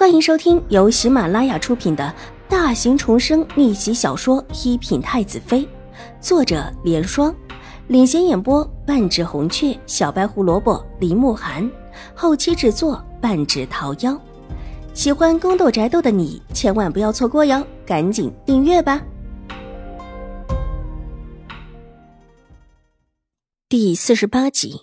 欢迎收听由喜马拉雅出品的大型重生逆袭小说《一品太子妃》，作者莲霜，领衔演播半指红雀、小白胡萝卜、林慕寒，后期制作半指桃夭。喜欢宫斗宅斗的你千万不要错过哟，赶紧订阅吧。第48集。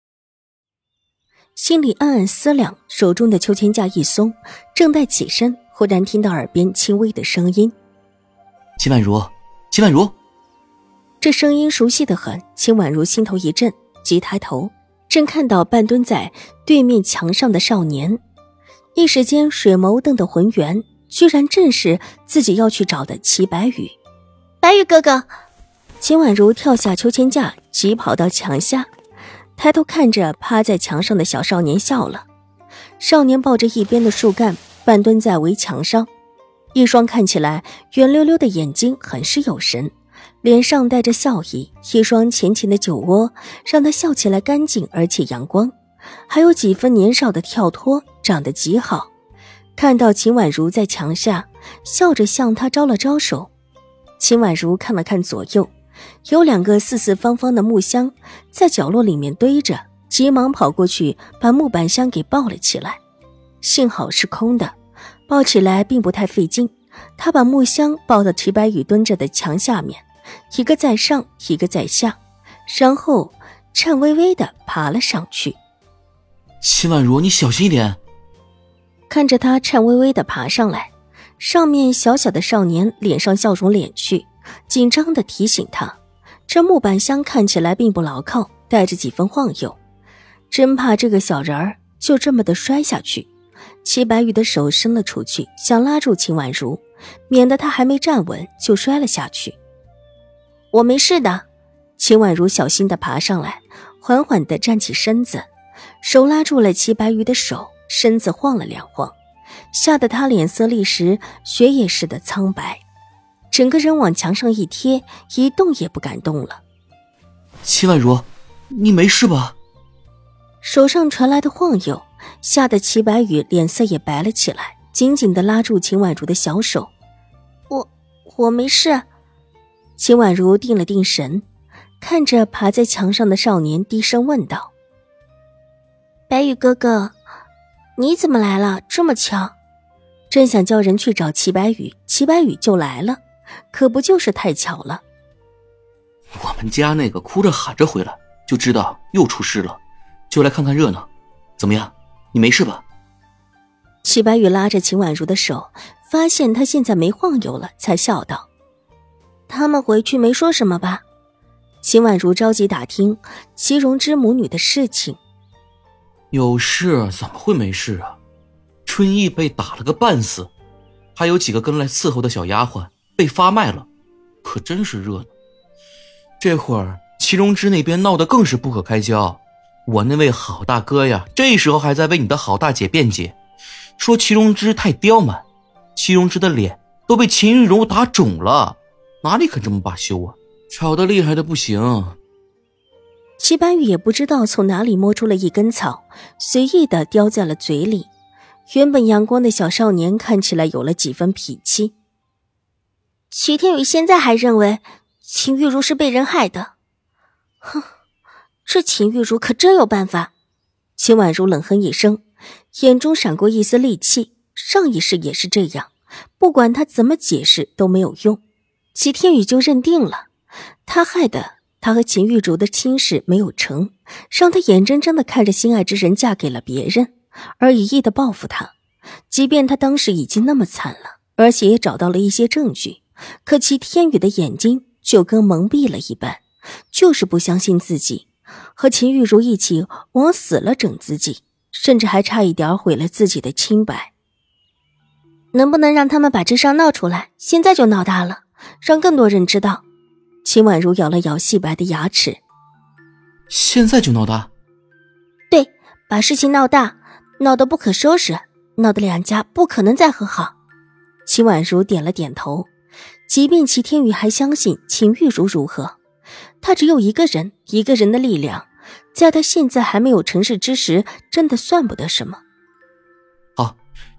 心里暗暗思量，手中的秋千架一松，正待起身，忽然听到耳边轻微的声音： 秦婉如，秦婉如。 这声音熟悉得很，秦婉如心头一震，急抬头，正看到半蹲在对面墙上的少年，一时间水眸瞪得浑圆，居然正是自己要去找的齐白羽。白羽哥哥！秦婉如跳下秋千架，急跑到墙下，抬头看着趴在墙上的小少年笑了。少年抱着一边的树干，半蹲在围墙上，一双看起来圆溜溜的眼睛很是有神，脸上带着笑意，一双浅浅的酒窝让他笑起来干净而且阳光，还有几分年少的跳脱，长得极好。看到秦婉如在墙下笑着向他招了招手，秦婉如看了看左右，有两个四四方方的木箱在角落里面堆着，急忙跑过去把木板箱给抱了起来。幸好是空的，抱起来并不太费劲。他把木箱抱到齐白羽蹲着的墙下面，一个在上，一个在下，然后颤巍巍地爬了上去。 秦婉如，你小心一点。 看着他颤巍巍地爬上来，上面小小的少年脸上笑容敛去，紧张地提醒他，这木板箱看起来并不牢靠，带着几分晃悠，真怕这个小人儿就这么的摔下去。齐白羽的手伸了出去，想拉住秦婉如，免得他还没站稳就摔了下去。我没事的。秦婉如小心地爬上来，缓缓地站起身子，手拉住了齐白羽的手，身子晃了两晃，吓得他脸色立时血液似的苍白，整个人往墙上一贴，一动也不敢动了。 秦婉如，你没事吧？ 手上传来的晃悠吓得齐白羽脸色也白了起来，紧紧地拉住秦婉如的小手。我没事。秦婉如定了定神，看着爬在墙上的少年，低声问道：白羽哥哥，你怎么来了？这么巧。正想叫人去找齐白羽，齐白羽就来了，可不就是太巧了。 我们家那个哭着喊着回来，就知道又出事了，就来看看热闹。怎么样，你没事吧？ 齐白羽拉着秦婉如的手，发现她现在没晃悠了，才笑道：他们回去没说什么吧？秦婉如着急打听齐荣之母女的事情。 有事怎么会没事啊？春意被打了个半死，还有几个跟来伺候的小丫鬟被发卖了，可真是热闹。这会儿齐荣之那边闹得更是不可开交，我那位好大哥呀，这时候还在为你的好大姐辩解，说齐荣之太刁蛮，齐荣之的脸都被秦玉茹打肿了，哪里肯这么罢休啊，吵得厉害的不行。 齐白羽也不知道从哪里摸出了一根草，随意地叼在了嘴里。原本阳光的小少年看起来有了几分脾气。齐天宇现在还认为秦玉茹是被人害的，哼，这秦玉茹可真有办法。秦婉如冷哼一声，眼中闪过一丝戾气，上一世也是这样，不管他怎么解释都没有用，齐天宇就认定了他害的。他和秦玉茹的亲事没有成，让他眼睁睁地看着心爱之人嫁给了别人，而一意地报复他。即便他当时已经那么惨了，而且也找到了一些证据，可齐天宇的眼睛就跟蒙蔽了一般，就是不相信自己，和秦玉茹一起往死了整自己，甚至还差一点毁了自己的清白。能不能让他们把这事闹出来，现在就闹大了，让更多人知道。秦婉如咬了咬细白的牙齿。 现在就闹大？ 对，把事情闹大，闹得不可收拾，闹得两家不可能再和好。秦婉如点了点头，即便齐天宇还相信秦玉茹如何，他只有一个人，一个人的力量，在他现在还没有成事之时，真的算不得什么。 好，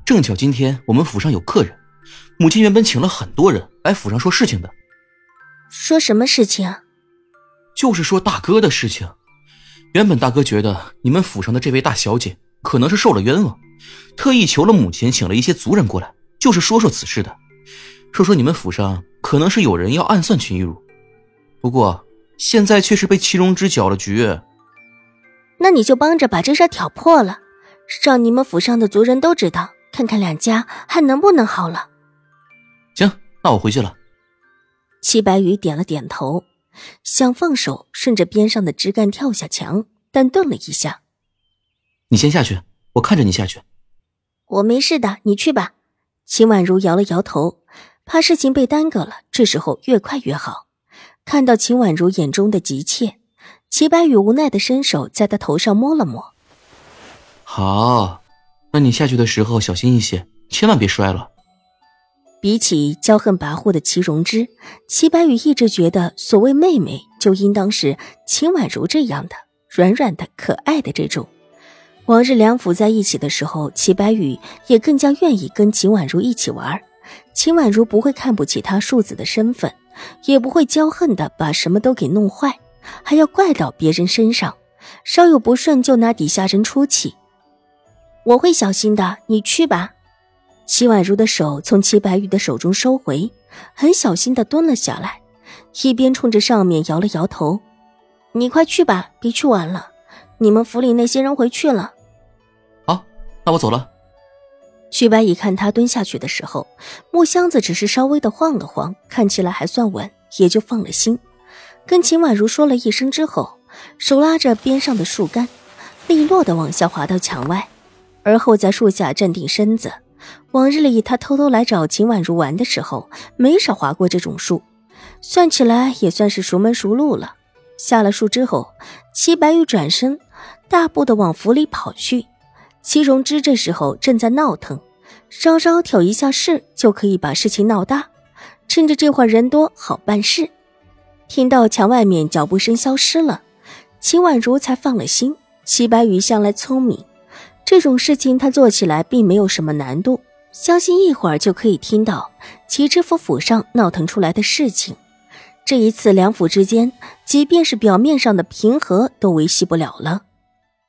正巧今天我们府上有客人，母亲原本请了很多人来府上说事情的。 说什么事情啊？ 就是说大哥的事情。原本大哥觉得你们府上的这位大小姐可能是受了冤枉，特意求了母亲请了一些族人过来，就是说此事的，说你们府上可能是有人要暗算秦玉茹，不过现在却是被祁荣之搅了局。 那你就帮着把这事挑破了，让你们府上的族人都知道，看看两家还能不能好了。 行，那我回去了。 齐白羽点了点头，想放手顺着边上的枝干跳下墙，但顿了一下。 你先下去，我看着你下去。 我没事的，你去吧。秦婉如摇了摇头，怕事情被耽搁了，这时候越快越好。看到秦婉如眼中的急切，齐白羽无奈地伸手在她头上摸了摸。 好，那你下去的时候小心一些，千万别摔了。 比起骄横跋扈的祁荣之，齐白羽一直觉得所谓妹妹就应当是秦婉如这样的软软的可爱的这种。往日两府在一起的时候，齐白羽也更加愿意跟秦婉如一起玩。秦婉如不会看不起他庶子的身份，也不会骄横的把什么都给弄坏，还要怪到别人身上，稍有不顺就拿底下人出气。我会小心的，你去吧。齐婉如的手从齐白羽的手中收回，很小心地蹲了下来，一边冲着上面摇了摇头。你快去吧，别去晚了，你们府里那些人回去了。 好，那我走了。 曲白一看他蹲下去的时候，木箱子只是稍微的晃了晃，看起来还算稳，也就放了心。跟秦婉如说了一声之后，手拉着边上的树干，利落地往下滑到墙外，而后在树下站定身子。往日里他偷偷来找秦婉如玩的时候，没少滑过这种树，算起来也算是熟门熟路了。下了树之后，齐白羽转身大步地往府里跑去。祁荣之这时候正在闹腾，稍稍挑一下事就可以把事情闹大，趁着这会儿人多好办事。听到墙外面脚步声消失了，秦婉如才放了心。齐白羽向来聪明，这种事情他做起来并没有什么难度，相信一会儿就可以听到祁知府府上闹腾出来的事情。这一次两府之间，即便是表面上的平和都维系不了了。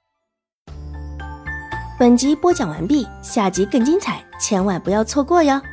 本集播讲完毕，下集更精彩，千万不要错过哟。